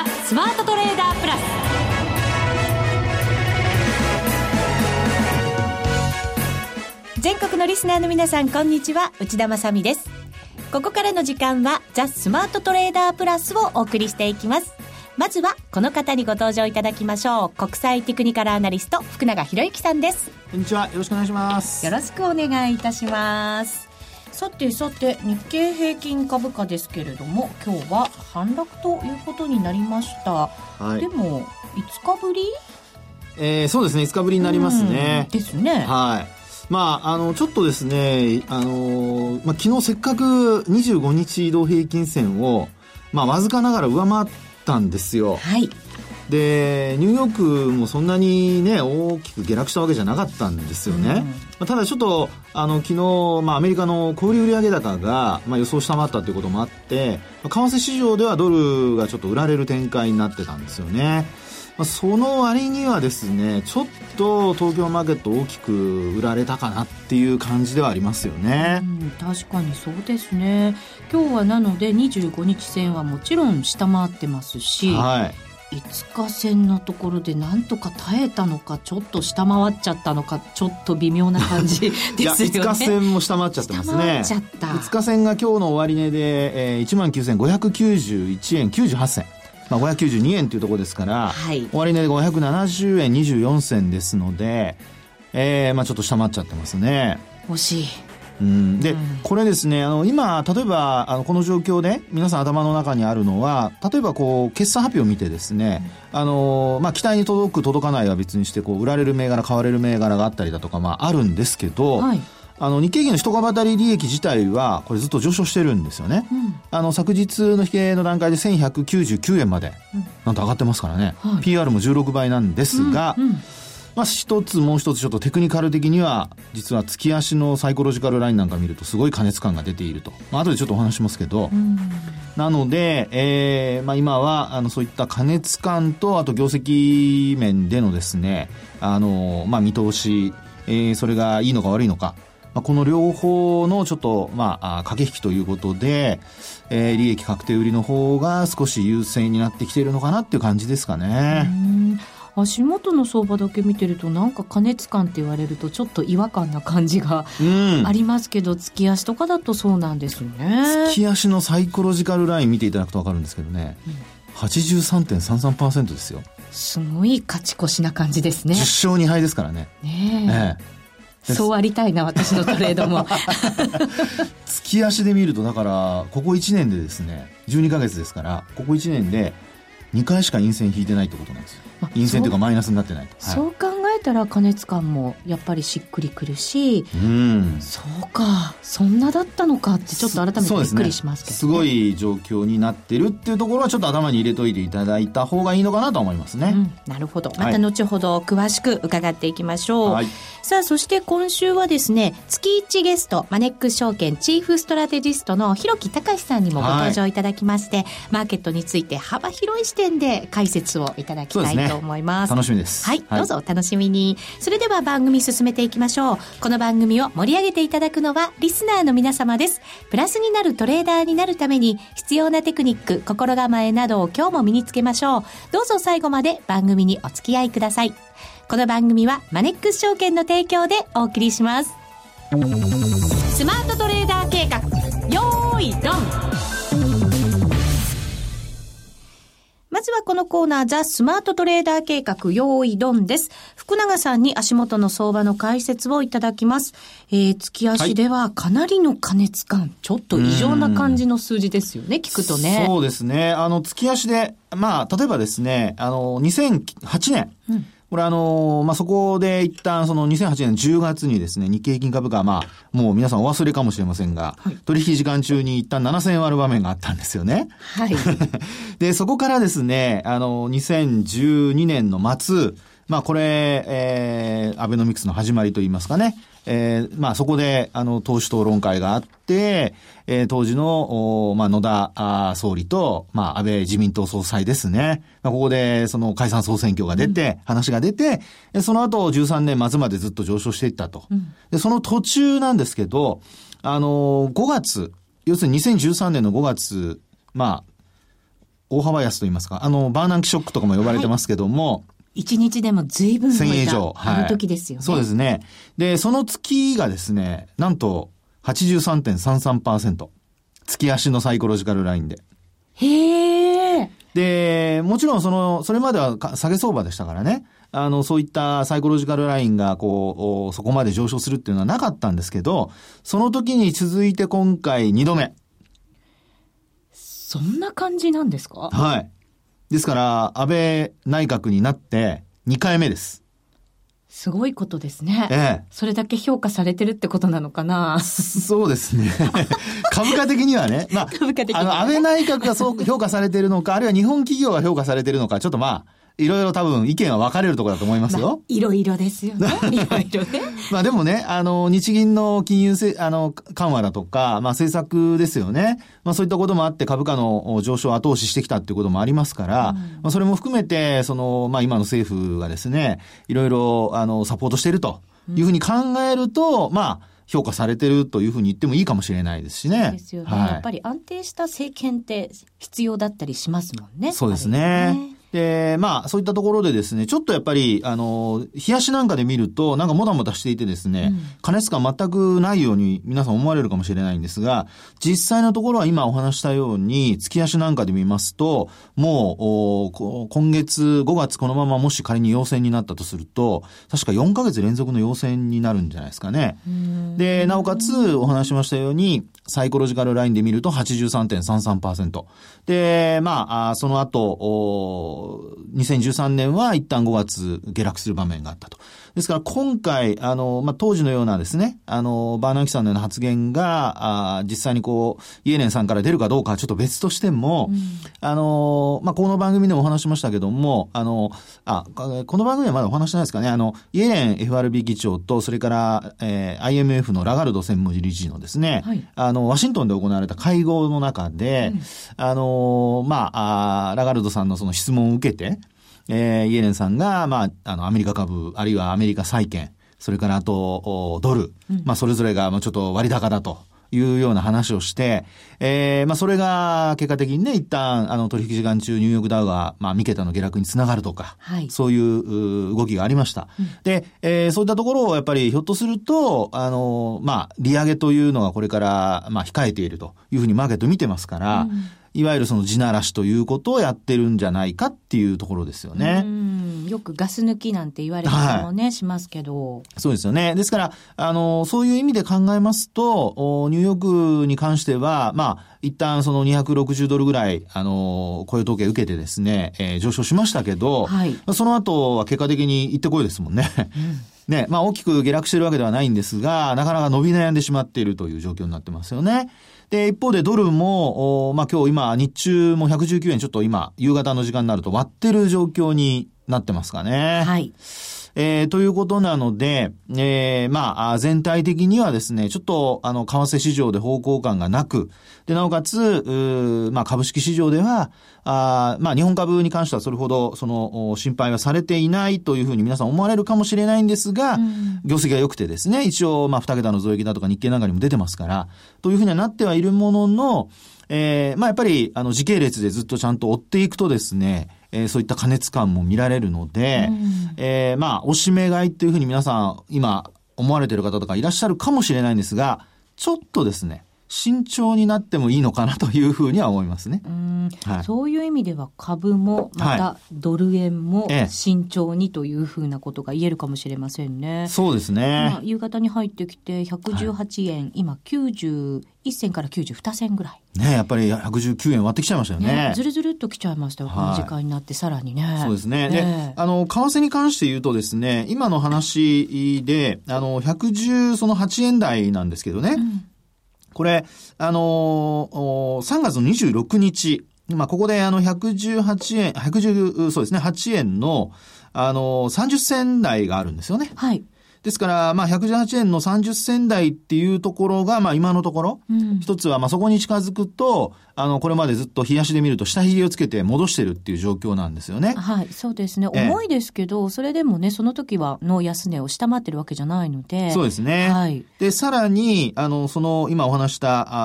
ザ・スマートトレーダープラス。全国のリスナーの皆さん、こんにちは、内田まさみです。ここからの時間はザ・スマートトレーダープラスをお送りしていきます。まずはこの方にご登場いただきましょう。国際テクニカルアナリスト、福永博之さんです。 こんにちは、よろしくお願いします。 よろしくお願いいたします。さて日経平均株価ですけれども、今日は反落ということになりました。はい、でも5日ぶり、 そうですね、5日ぶりになりますね。 ですね。 はい。ちょっとですね、昨日せっかく25日移動平均線を、わずかながら上回ったんですよ。 はい。 で、ニューヨークもそんなにね、大きく下落したわけじゃなかったんですよね。ただちょっと、昨日、アメリカの小売売上高が、予想下回ったということもあって、為替市場ではドルがちょっと売られる展開になってたんですよね。その割にはですね、ちょっと東京マーケット大きく売られたかなっていう感じではありますよね。 確かにそうですね。今日はなので25日線はもちろん下回ってますし、はい、5日線のところでなんとか耐えたのか、ちょっと下回っちゃったのか、ちょっっと微妙な感じですよね。 いや、5日線も下回っちゃってますね。 下回っちゃった。 5日線が今日の終値で、19,591円98銭。592円というところですから、はい、終値で570円24銭ですので、ちょっと下回っちゃってますね。 惜しい。 で、これですね、今、例えば、この状況で、皆さん頭の中にあるのは、例えば決算発表を見てですね、期待に届く、届かないは別にして、売られる銘柄、買われる銘柄があったりだとか、あるんですけど、はい、日経平均の一株当たり利益自体はこれずっと上昇してるんですよね。昨日の引けの段階で1199円までなんと上がってますからね、はい、PR も16倍なんですが、もう一つちょっとテクニカル的には実は月足のサイコロジカルラインなんか見るとすごい過熱感が出ていると、後でちょっとお話しますけど、なので、今はそういった過熱感と、あと業績面でのですね、見通し、それがいいのか悪いのか、この両方のちょっと、駆け引きということで、利益確定売りの方が少し優勢になってきているのかなっていう感じですかね。 足元の相場だけ見てると、なんか過熱感って言われるとちょっと違和感な感じがありますけど、月足とかだとそうなんですよね。 月足のサイコロジカルライン見ていただくと分かるんですけどね、83.33% ですよ。 すごい勝ち越しな感じですね。 10勝2敗ですからね。 そうありたいな、私のトレードも月足で見ると、だからここ1年でですね、12ヶ月ですから、ここ1年で2回しか陰線引いてないってことなんですよ。陰線というかマイナスになってないと。 そう考えたら過熱感もやっぱりしっくりくるし、そうか、そんなだったのかってちょっと改めてびっくりしますけどね。 すごい状況になってるっていうところはちょっと頭に入れといていただいた方がいいのかなと思いますね。 なるほど。また後ほど詳しく伺っていきましょう。はい、さあ、そして今週はですね、月1ゲスト、マネックス証券チーフストラテジストの広木隆さんにもご登場いただきまして、マーケットについて幅広い視点で解説をいただきたいと思います。 楽しみです。 はい、どうぞお楽しみに。それでは番組進めていきましょう。この番組を盛り上げていただくのはリスナーの皆様です。プラスになるトレーダーになるために必要なテクニック、心構えなどを今日も身につけましょう。どうぞ最後まで番組にお付き合いください。この番組はマネックス証券の提供でお送りします。スマートトレーダー計画、よーいドン。まずはこのコーナー、ザ・スマートトレーダー計画、用意ドンです。福永さんに足元の相場の解説をいただきます。月足ではかなりの過熱感、ちょっと異常な感じの数字ですよね、聞くとね。 そうですね。月足で、例えばですね、2008年、これそこで一旦その2008年10月にですね、日経平均株価はもう皆さんお忘れかもしれませんが、取引時間中に一旦7000円割る場面があったんですよね。 はい。 で、そこからですね、2012年の末、これ、アベノミクスの始まりといいますかね。そこで、党首討論会があって、当時の、野田総理と、安倍自民党総裁ですね。ここで、その解散総選挙が出て、話が出て、その後、13年末までずっと上昇していったと。で、その途中なんですけど、5月、要するに2013年の5月、 大幅安と言いますか、バーナンキショックとかも呼ばれてますけども、 1日でも随分動いた 1000円以上。 あの時ですよね。 そうですね。で、その月がですね、なんと 83.33%。月足のサイコロジカルラインで。 へー。 で、もちろんそれまでは下げ相場でしたからね。そういったサイコロジカルラインがそこまで上昇するっていうのはなかったんですけど、その時に続いて今回2度目。 そんな感じなんですか？ はい。ですから、安倍内閣になって2回目です。 すごいことですね。 ええ。 それだけ評価されてるってことなのかな。 そうですね。株価的にはね。まあ、 株価的にはね。 安倍内閣がそう評価されてるのか、あるいは日本企業が評価されてるのか、ちょっっといろいろ多分意見は分かれるところだと思いますよ。 いろいろですよね。いろいろね。 でもね、日銀の金融緩和だとか、政策ですよね。そういったこともあって株価の上昇を後押ししてきたっていうこともありますから、それも含めて、今の政府がですね、いろいろ、サポートしているというふうに考えると、評価されてるというふうに言ってもいいかもしれないですしね。 そうですよね。やっぱり安定した政権って必要だったりしますもんね。 そうですね。で、そういったところでですね、ちょっとやっぱり、冷やしなんかで見ると、なんかもたもたしていてですね、過熱感全くないように皆さん思われるかもしれないんですが、実際のところは今お話したように、月足なんかで見ますと、もう、今月5月このままもし仮に陽線になったとすると、確か4ヶ月連続の陽線になるんじゃないですかね。で、なおかつお話しましたように、サイコロジカルラインで見ると 83.33%。で、その後、2013年は一旦5月下落する場面があったと。ですから今回、当時のようなですね、バーナンキさんのような発言が、実際にイエレンさんから出るかどうかはちょっと別としても、この番組でもお話しましたけども、この番組はまだお話しないですかね、イエレン FRB 議長と、それから、IMF のラガルド専務理事のですね、はい、ワシントンで行われた会合の中で、ラガルドさんのその質問を受けて、イエレンさんが、アメリカ株、あるいはアメリカ債券、それからあと、ドル、それぞれがちょっと割高だというような話をして、それが結果的にね、一旦、取引時間中ニューヨークダウが、3桁の下落につながるとか、はい、そういう動きがありました。で、そういったところをやっぱりひょっとすると、利上げというのがこれから、控えているというふうにマーケット見てますから、いわゆるその地ならしということをやってるんじゃないかっていうところですよね。 よくガス抜きなんて言われたりもね、しますけど。 そうですよね。ですから、そういう意味で考えますと、ニューヨークに関しては、一旦その260ドルぐらい、雇用統計受けてですね、上昇しましたけど、はい、その後は結果的に行ってこいですもんね。ね、大きく下落してるわけではないんですが、なかなか伸び悩んでしまっているという状況になってますよね。で、一方でドルも、今日今、日中も119円ちょっと今、夕方の時間になると割ってる状況になってますかね。はい。ということなので、全体的にはですね、ちょっと、為替市場で方向感がなく、で、なおかつ、株式市場では、日本株に関してはそれほど、心配はされていないというふうに皆さん思われるかもしれないんですが、業績が良くてですね、一応、2桁の増益だとか日経なんかにも出てますから、というふうにはなってはいるものの、やっぱり、時系列でずっとちゃんと追っていくとですね、そういった過熱感も見られるので、おしめ買いっていうふうに皆さん今思われている方とかいらっしゃるかもしれないんですが、ちょっとですね、慎重になってもいいのかなというふうには思いますね。 はい、そういう意味では株もまたドル円も慎重にというふうなことが言えるかもしれませんね。 そうですね。 夕方に入ってきて118円、今91銭から92銭ぐらい。 ね、やっぱり119円割ってきちゃいましたよね。 ずるずるっときちゃいましたよ、この時間になってさらにね。 そうですね。で、為替に関して言うとですね、今の話で、118円台なんですけどね。これ、3月の26日、ここで118円、そうですね、8円の、30銭台があるんですよね。はい。 ですから、118円の30銭台っていうところが、今のところ、一つは、そこに近づくと、これまでずっと冷やしで見ると、下髭をつけて戻してるっていう状況なんですよね。 はい、そうですね。重いですけど、それでもね、その時はの安値を下回ってるわけじゃないので。 そうですね。はい。で、さらに、今お話した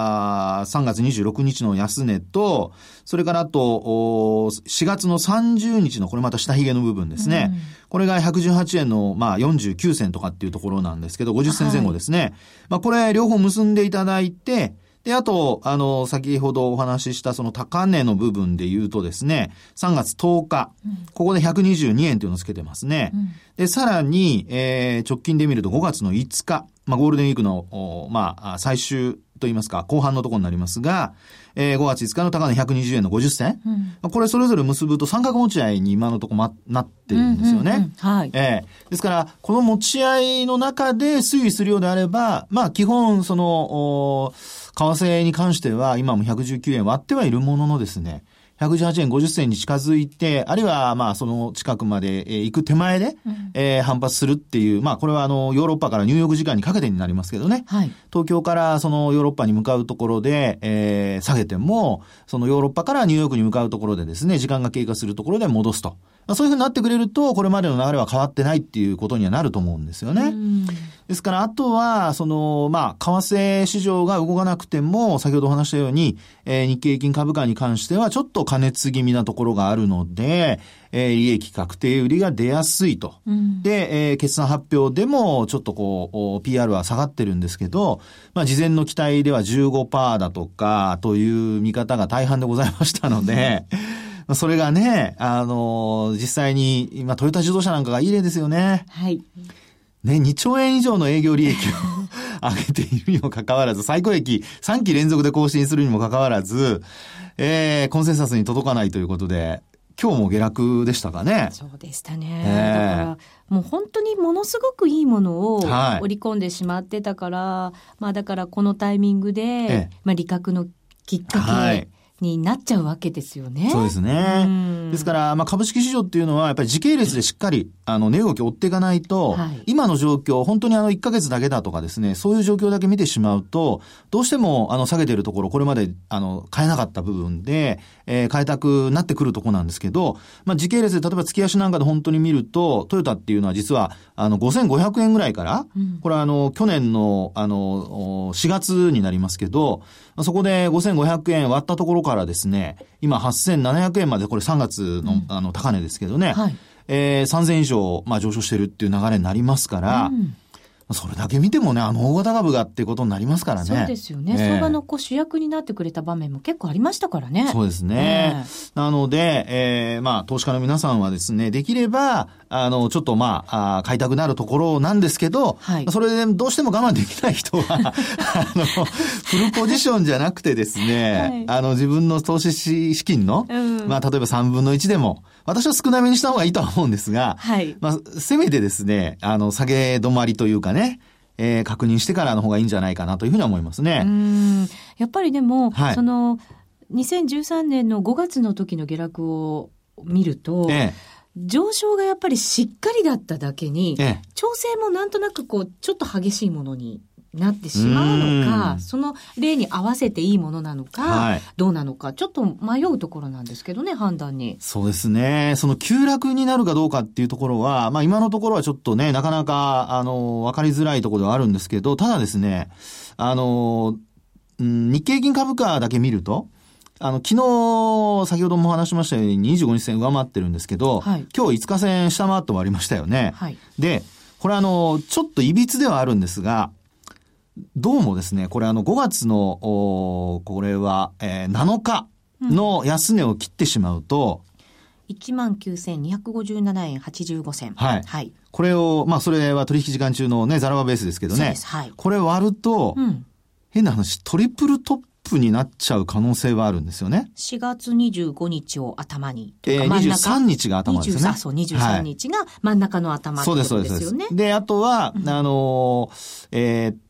、3月26日の安値と、それからあと、4月の30日の、これまた下髭の部分ですね。これが118円の、49銭とかっていうところなんですけど、50銭前後ですね。これ両方結んでいただいて、で、あと、先ほどお話ししたその高値の部分で言うとですね、3月10日、ここで122円というのをつけてますね。で、さらに、直近で見ると5月の5日、ゴールデンウィークの、最終と言いますか、後半のところになりますが、5月5日の高値120円の50銭、これそれぞれ結ぶと三角持ち合いに今のところなってるんですよね。 はい。 ですから、この持ち合いの中で推移するようであれば、基本、為替に関しては今も119円割ってはいるもののですね、118円50銭に近づいて、あるいはその近くまで行く手前で、反発するっていう、これはヨーロッパからニューヨーク時間にかけてになりますけどね。はい。東京からそのヨーロッパに向かうところで、下げても、そのヨーロッパからニューヨークに向かうところでですね、時間が経過するところで戻すと。そういうふうになってくれると、これまでの流れは変わってないっていうことにはなると思うんですよね。ですから、あとは、為替市場が動かなくても、先ほどお話したように、日経平均株価に関しては、ちょっと過熱気味なところがあるので、利益確定売りが出やすいと。で、決算発表でも、ちょっとPR は下がってるんですけど、事前の期待では 15% だとか、という見方が大半でございましたので、それがね、実際に、今、トヨタ自動車なんかがいい例ですよね。はい。ね、2兆円以上の営業利益を上げているにもかかわらず、最高益3期連続で更新するにもかかわらず、コンセンサスに届かないということで、今日も下落でしたかね。 そうでしたね。だから、もう本当にものすごくいいものを織り込んでしまってたから、だからこのタイミングで、利確のきっかけ、になっちゃうわけですよね。 そうですね。ですから、株式市場っていうのは、やっぱり時系列でしっかり、値動きを追っていかないと、今の状況、本当に1ヶ月だけだとかですね、そういう状況だけ見てしまうと、どうしても、下げてるところ、これまで、買えなかった部分で、買いたくなってくるところなんですけど、時系列で、例えば月足なんかで本当に見ると、トヨタっていうのは実は、5500円ぐらいから、これは去年の、4月になりますけど、そこで5500円割ったところからですね、今8700円まで、これ3月の、高値ですけどね、3000円以上、上昇してるっていう流れになりますから、それだけ見てもね、大型株がっていうことになりますからね。 そうですよね。相場の主役になってくれた場面も結構ありましたからね。 そうですね。なので、投資家の皆さんはですね、できれば、ちょっと買いたくなるところなんですけど、それでどうしても我慢できない人は、フルポジションじゃなくてですね、自分の投資資金の、例えば3分の1でも、私は少なめにした方がいいとは思うんですが、せめてですね、下げ止まりというかね、確認してからの方がいいんじゃないかなというふうには思いますね。 やっぱりでも、その、2013年の5月の時の下落を見ると、上昇がやっぱりしっかりだっただけに、調整もなんとなくちょっと激しいものになってしまうのか、その例に合わせていいものなのか、どうなのか、ちょっと迷うところなんですけどね、判断に。 そうですね。その急落になるかどうかっていうところは、今のところはちょっとね、なかなか、わかりづらいところではあるんですけど、ただですね、日経平均株価だけ見ると、昨日、先ほども話しましたように25日線上回ってるんですけど、今日5日線下回って終わりましたよね。で、これちょっと歪ではあるんですが、どうもですね、これ5月の、これは、7日の安値を切ってしまうと、 19,257円85銭。 これを、それは取引時間中のね、ザラバベースですけどね。これ割ると、変な話、トリプルトップになっちゃう可能性はあるんですよね。 4月25日を頭に。 23日が頭ですね。 そう、23日が真ん中の頭ってことですよね。 そうです。で、あと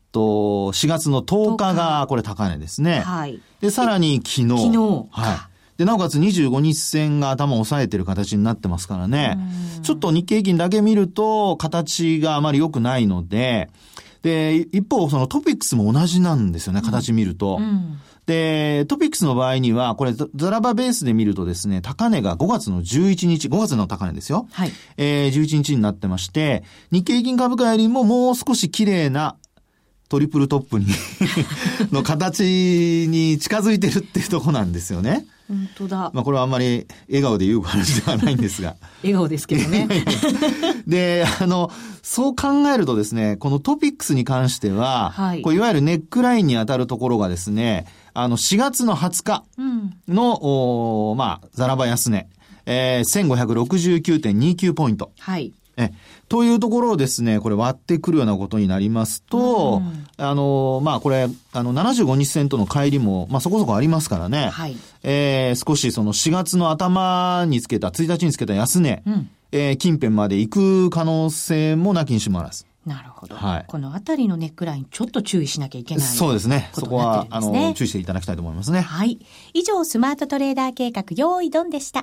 は、4月の10日がこれ高値ですね。で、さらに昨日。 で、なおかつ25日線が頭を押さえてる形になってますからね。ちょっと日経平均だけ見ると、形があまり良くないので、で、一方、そのトピックスも同じなんですよね、形見ると。で、トピックスの場合には、これ、ザラバベースで見るとですね、高値が5月の11日、5月の高値ですよ。はい。11日になってまして、日経平均株価よりももう少し綺麗なトリプルトップにの形に近づいてるっていうところなんですよね。 本当だ。 まあこれはあんまり笑顔で言う話ではないんですが。 笑顔ですけどね。 で、そう考えるとですね、このトピックスに関しては、はい、こういわゆるネックラインに当たるところがですね、4月の20日の、まあ、ザラバ安値、1569.29 ポイント。はい。というところをですね、これ割ってくるようなことになりますと、まあこれ、75日線との乖離も、まあそこそこありますからね。はい。少しその4月の頭につけた、1日につけた安値、近辺まで行く可能性もなきにしもあらず。 なるほど。はい。このあたりのネックライン、ちょっと注意しなきゃいけない、ね。 そうですね。そこは、注意していただきたいと思いますね。 はい。以上、スマートトレーダー計画、用意ドンでした。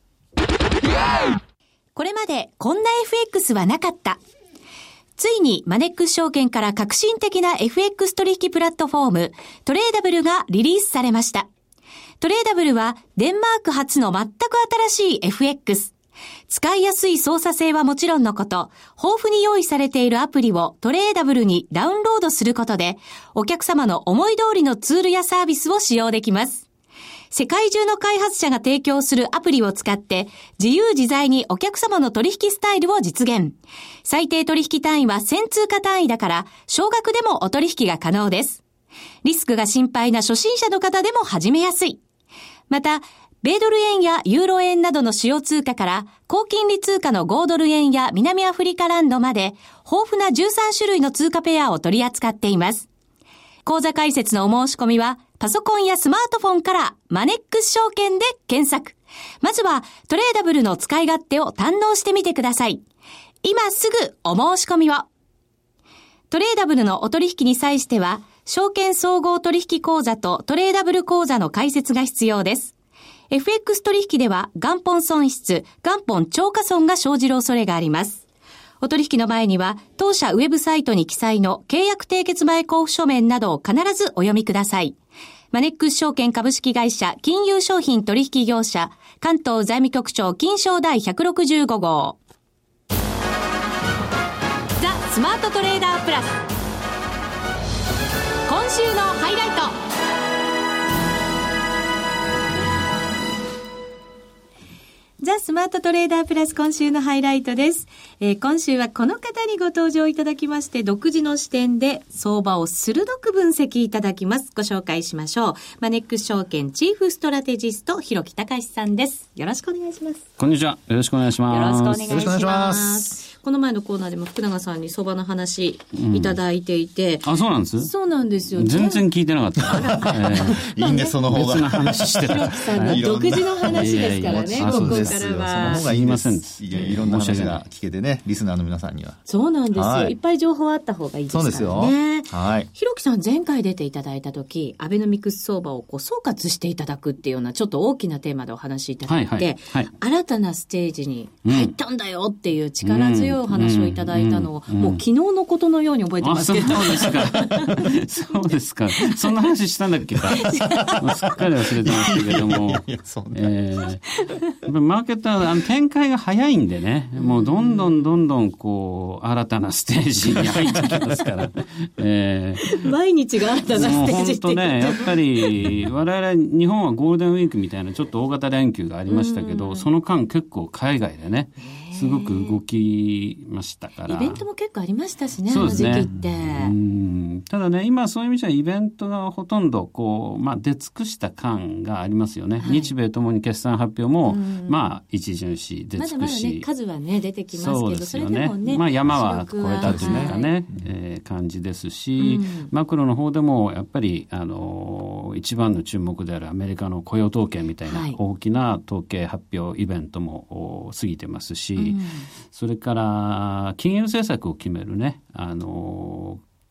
これまでこんな FX はなかった。ついにマネックス証券から革新的な FX 取引プラットフォームトレーダブルがリリースされました。トレーダブルはデンマーク発の全く新しい FX。使いやすい操作性はもちろんのこと、豊富に用意されているアプリをトレーダブルにダウンロードすることで、お客様の思い通りのツールやサービスを使用できます。世界中の開発者が提供するアプリを使って自由自在にお客様の取引スタイルを実現。最低取引単位は1000通貨単位だから少額でもお取引が可能です。リスクが心配な初心者の方でも始めやすい。また、米ドル円やユーロ円などの主要通貨から高金利通貨の5ドル円や南アフリカランドまで豊富な13種類の通貨ペアを取り扱っています。口座開設のお申し込みはパソコンやスマートフォンからマネックス証券で検索。まずはトレーダブルの使い勝手を堪能してみてください。今すぐお申し込みを。トレーダブルのお取引に際しては、証券総合取引口座とトレーダブル口座の開設が必要です。FX 取引では元本損失、元本超過損が生じる恐れがあります。お取引の前には当社ウェブサイトに記載の契約締結前交付書面などを必ずお読みください。マネックス証券株式会社金融商品取引業者関東財務局長金商第165号ザ・スマートトレーダープラス、今週のハイライト。ザ・スマートトレーダープラス、今週のハイライトです。今週はこの方にご登場いただきまして、独自の視点で相場を鋭く分析いただきます。ご紹介しましょう。マネックス証券チーフストラテジスト広木隆さんです。よろしくお願いします。 こんにちは。よろしくお願いします。 よろしくお願いします。この前のコーナーでも福永さんに相場の話いただいていて、 あ、そうなんです。 そうなんですよ。 全然聞いてなかった。 いいんです、その方が。 別の話してた。 広木さんの独自の話ですからね、ここからは。 その方がいいんです。いろんな話が聞けてね、リスナーの皆さんには。 そうなんですよ。はい、いっぱい情報あった方がいいですからね。そうですよ。はい。広木さん前回出ていただいた時、アベノミクス相場を総括していただくっていうようなちょっと大きなテーマでお話しいただいて、新たなステージに入ったんだよっていう力強いお話をいただいたのを、もう昨日のことのように覚えてますけど。 そうですか。そうですか。そんな話したんだっけか。すっかり忘れてましたけども。やっぱマーケットは展開が早いんでね、もうどんどんこう新たなステージに入ってきますから。 毎日が新たなステージって。 本当ね、やっぱり我々日本はゴールデンウィークみたいなちょっと大型連休がありましたけど、その間結構海外でね、すごく動きましたから。 イベントも結構ありましたしね、あの時期って。 ただね、今そういう意味じゃイベントがほとんどこう、出尽くした感がありますよね。はい、日米ともに決算発表も、一巡し、出尽くし。 まだまだね、数はね、出てきますけど、 そうですよね。 それでもね。 山は越えたというかね、感じですし、マクロの方でもやっぱり、一番の注目であるアメリカの雇用統計みたいな大きな統計発表イベントも過ぎてますし、それから金融政策を決めるね、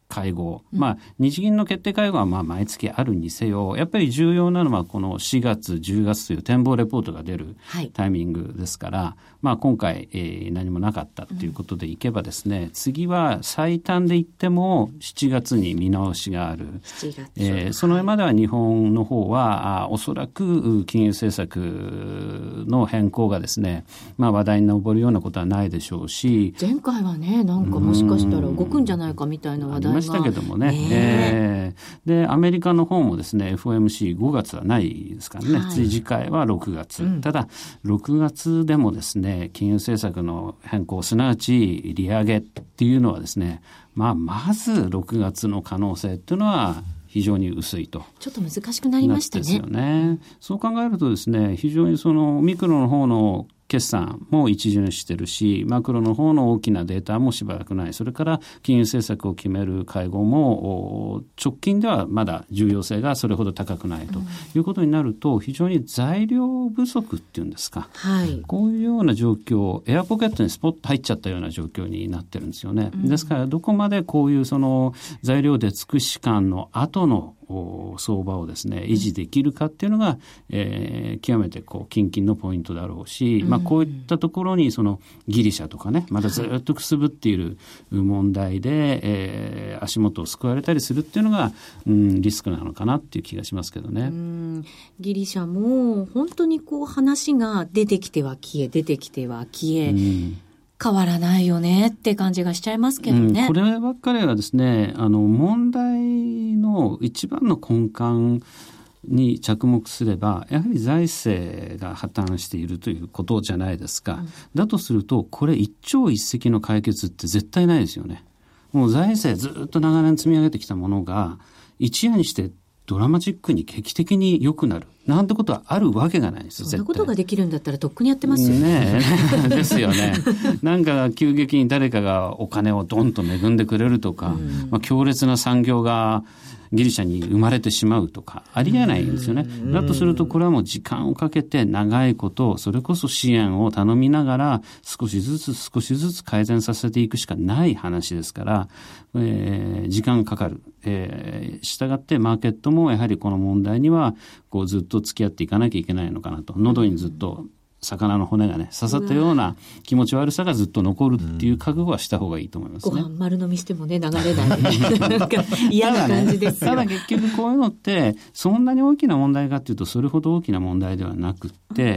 会合、日銀の決定会合は毎月あるにせよ、やっぱり重要なのはこの4月10月という展望レポートが出るタイミングですから、今回、何もなかったということでいけばですね、次は最短で言っても7月に見直しがある。そのまでは日本の方はおそらく金融政策の変更がですね、話題に上るようなことはないでしょうし、 前回はね、なんかもしかしたら動くんじゃないかみたいな話題がありましたけどもね。でアメリカの方もですね FOMC5 月はないですからね、次回は6月、ただ6月でもですね金融政策の変更すなわち利上げっていうのはですね、まず6月の可能性っていうのは非常に薄いと。 ちょっと難しくなりましたね。 ですよね。そう考えるとですね、非常にそのミクロの方の決算も一巡してるし、マクロの方の大きなデータもしばらくない。それから金融政策を決める会合も直近ではまだ重要性がそれほど高くないということになると、非常に材料不足っていうんですか、こういうような状況、エアポケットにスポッと入っちゃったような状況になってるんですよね。ですからどこまでこういうその材料で尽くし感の後の相場をですね維持できるかっていうのが、極めて近々のポイントだろうし、こういったところにそのギリシャとかね、まだずっとくすぶっている問題で、足元を救われたりするっていうのが、リスクなのかなっていう気がしますけどね。 ギリシャも本当に話が出てきては消え出てきては消え、変わらないよねって感じがしちゃいますけどね。 こればっかりはですね、問題の一番の根幹に着目すれば、やはり財政が破綻しているということじゃないですか。だとすると、これ一朝一夕の解決って絶対ないですよね。もう財政ずっと長年積み上げてきたものが、一夜にしてドラマチックに劇的に良くなるなんてことはあるわけがないです。 そんなことができるんだったらとっくにやってますよね。ですよね。なんか急激に誰かがお金をドンと恵んでくれるとか、強烈な産業がギリシャに生まれてしまうとかありえないんですよね。だとするとこれはもう時間をかけて長いことそれこそ支援を頼みながら少しずつ改善させていくしかない話ですから、時間かかる。したがってマーケットもやはりこの問題にはずっと付き合っていかなきゃいけないのかなと。喉にずっと魚の骨がね刺さったような気持ち悪さがずっと残るっていう覚悟はした方がいいと思いますね。 ご飯丸飲みしてもね流れないなんか嫌な感じですよ。 ただ結局こういうのってそんなに大きな問題かっていうとそれほど大きな問題ではなくって、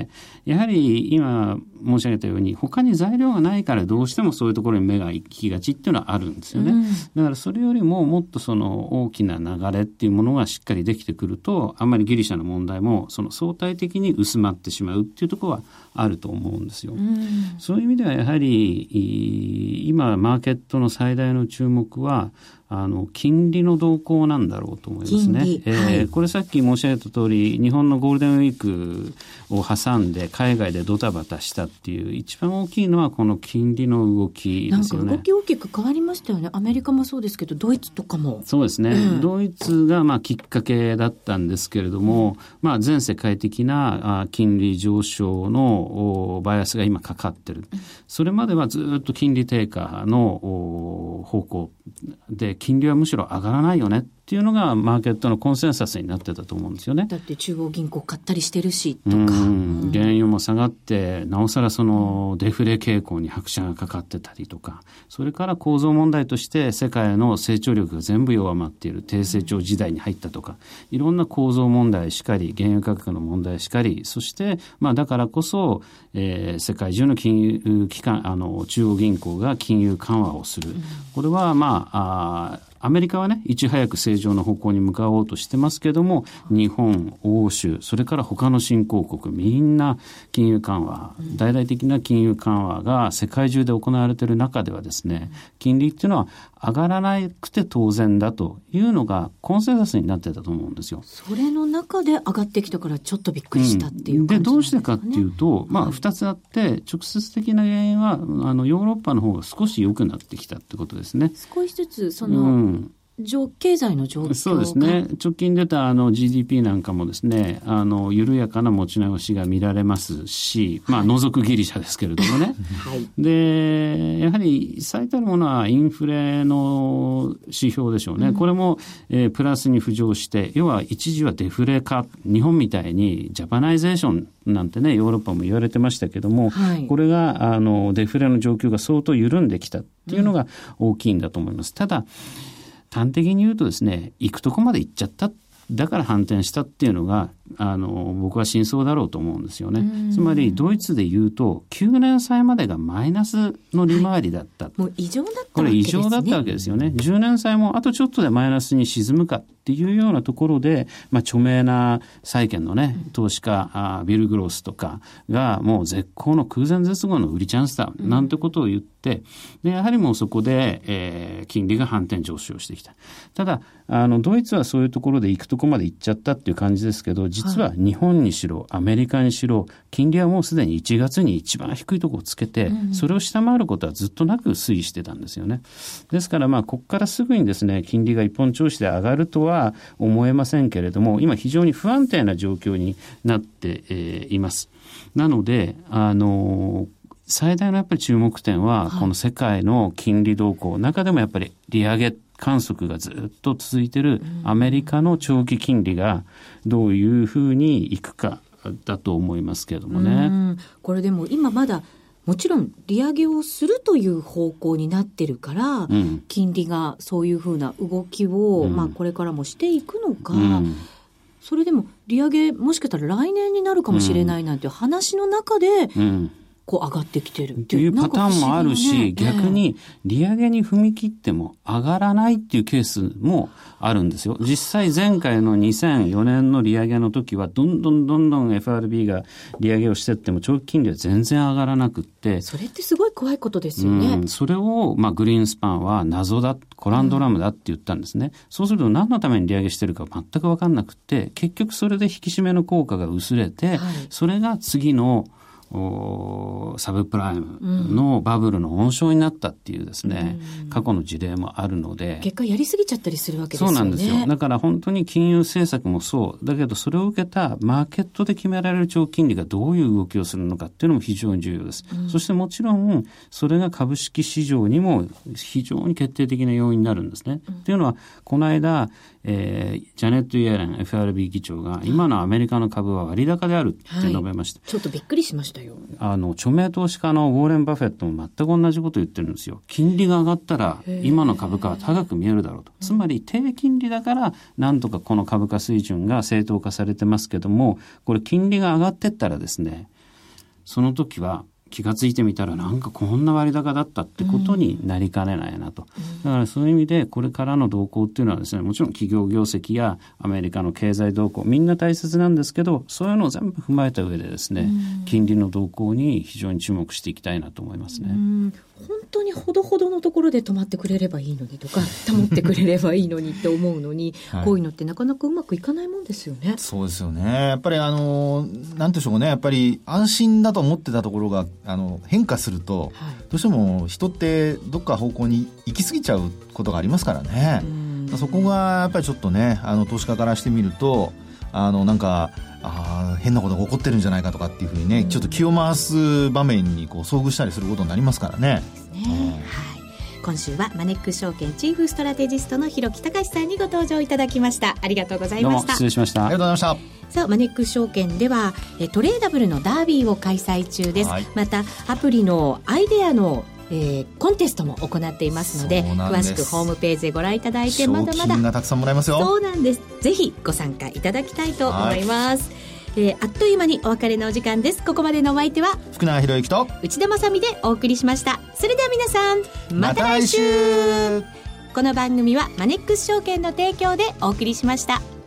やはり今申し上げたように他に材料がないからどうしてもそういうところに目が行きがちっていうのはあるんですよね。だからそれよりももっとその大きな流れっていうものがしっかりできてくると、あんまりギリシャの問題もその相対的に薄まってしまうっていうところはあると思うんですよ。そういう意味ではやはり今マーケットの最大の注目は金利の動向なんだろうと思いますね。これさっき申し上げた通り日本のゴールデンウィークを挟んで海外でドタバタしたっていう一番大きいのはこの金利の動きですよね。 なんか動き大きく変わりましたよね。アメリカもそうですけどドイツとかも。 そうですね。ドイツがきっかけだったんですけれども、全世界的な金利上昇のバイアスが今かかってる。それまではずっと金利低下の方向で金利はむしろ上がらないよねっていうのがマーケットのコンセンサスになってたと思うんですよね。 だって中央銀行買ったりしてるしとか、 原油も下がってなおさらそのデフレ傾向に拍車がかかってたりとか、それから構造問題として世界の成長力が全部弱まっている低成長時代に入ったとか、いろんな構造問題しかり原油価格の問題しかり、そしてだからこそ、世界中の金融機関中央銀行が金融緩和をする、これはアメリカはねいち早く正常の方向に向かおうとしてますけども、日本、欧州、それから他の新興国みんな金融緩和、大々的な金融緩和が世界中で行われている中ではですね、金利っていうのは上がらなくて当然だというのがコンセンサスになってたと思うんですよ。 それの中で上がってきたからちょっとびっくりしたっていう感じなんですかね。 でどうしてかっていうと、2つあって、直接的な原因はヨーロッパの方が少し良くなってきたってことですね。 少しずつその、 経済の状況がそうですね。直近出たGDP なんかもですね、緩やかな持ち直しが見られますし、除くギリシャですけれどもね。はい、で、やはり最たるものはインフレの指標でしょうね。これも、プラスに浮上して、要は一時はデフレ化、日本みたいにジャパナイゼーションなんてね、ヨーロッパも言われてましたけども、はい、これがデフレの状況が相当緩んできたっていうのが大きいんだと思います。ただ端的に言うとですね、行くとこまで行っちゃった、だから反転したっていうのが僕は真相だろうと思うんですよね。つまりドイツで言うと9年債までがマイナスの利回りだった、はい、 もう異常だったわけですね。 これ異常だったわけですよね。10年債もあとちょっとでマイナスに沈むかっていうようなところで、著名な債券のね投資家ビル・グロースとかがもう絶好の空前絶後の売りチャンスだなんてことを言って、でやはりもうそこで、金利が反転上昇してきた。ただドイツはそういうところで行くとこまで行っちゃったっていう感じですけど、実は日本にしろアメリカにしろ金利はもうすでに1月に一番低いところをつけて、それを下回ることはずっとなく推移してたんですよね。ですからここからすぐにですね金利が一本調子で上がるとは思えませんけれども、今非常に不安定な状況になって、います。なので最大のやっぱり注目点はこの世界の金利動向、中でもやっぱり利上げ観測がずっと続いているアメリカの長期金利がどういうふうにいくかだと思いますけれどもね。 これでも今まだもちろん利上げをするという方向になってるから、金利がそういうふうな動きを、これからもしていくのか、それでも利上げもしかしたら来年になるかもしれないなんていう話の中で、こう上がってきてるっていうパターンもあるし、逆に利上げに踏み切っても上がらないっていうケースもあるんですよ。実際前回の2004年の利上げの時はどんどん FRB が利上げをしてっても長期金利は全然上がらなくって、 それってすごい怖いことですよね。 それをグリーンスパンは謎だ、コランドラムだって言ったんですね。そうすると何のために利上げしてるか全く分かんなくって、結局それで引き締めの効果が薄れて、それが次のサブプライムのバブルの温床になったっていうですね、過去の事例もあるので、 結果やりすぎちゃったりするわけですよね。 そうなんですよ。だから本当に金融政策もそうだけど、それを受けたマーケットで決められる長期金利がどういう動きをするのかっていうのも非常に重要です、そしてもちろんそれが株式市場にも非常に決定的な要因になるんですね、っていうのはこの間ジャネット・イエレン FRB 議長が今のアメリカの株は割高であるって述べました、 ちょっとびっくりしましたよ。 著名投資家のウォーレン・バフェットも全く同じことを言ってるんですよ。金利が上がったら今の株価は高く見えるだろうと。つまり低金利だからなんとかこの株価水準が正当化されてますけども、これ金利が上がってったらですね、その時は気がついてみたらなんかこんな割高だったってことになりかねないなと。だからそういう意味でこれからの動向っていうのはですね、もちろん企業業績やアメリカの経済動向みんな大切なんですけど、そういうのを全部踏まえた上でですね、金利の動向に非常に注目していきたいなと思いますね。 本当にほどほどのところで止まってくれればいいのにとか保ってくれればいいのにって思うのに、こういうのってなかなかうまくいかないもんですよね。 そうですよね。やっぱりなんでしょうね、やっぱり安心だと思ってたところが変化すると、どうしても人ってどっか方向に行き過ぎちゃうことがありますからね。そこがやっぱりちょっとね、投資家からしてみるとなんか変なことが起こってるんじゃないかとかっていうふうにね、ちょっと気を回す場面に遭遇したりすることになりますからね。 今週はマネックス証券チーフストラテジストの広木隆さんにご登場いただきました。ありがとうございました。 どうも失礼しました。 ありがとうございました。 さあマネックス証券ではトレーダブルのダービーを開催中です、またアプリのアイデアのコンテストも行っていますので、詳しくホームページでご覧いただいて、まだまだ賞金がたくさんもらえますよ。 そうなんです。ぜひご参加いただきたいと思います、あっという間にお別れのお時間です。ここまでのお相手は福永博之と内田まさみでお送りしました。それでは皆さんまた来週。この番組はマネックス証券の提供でお送りしました。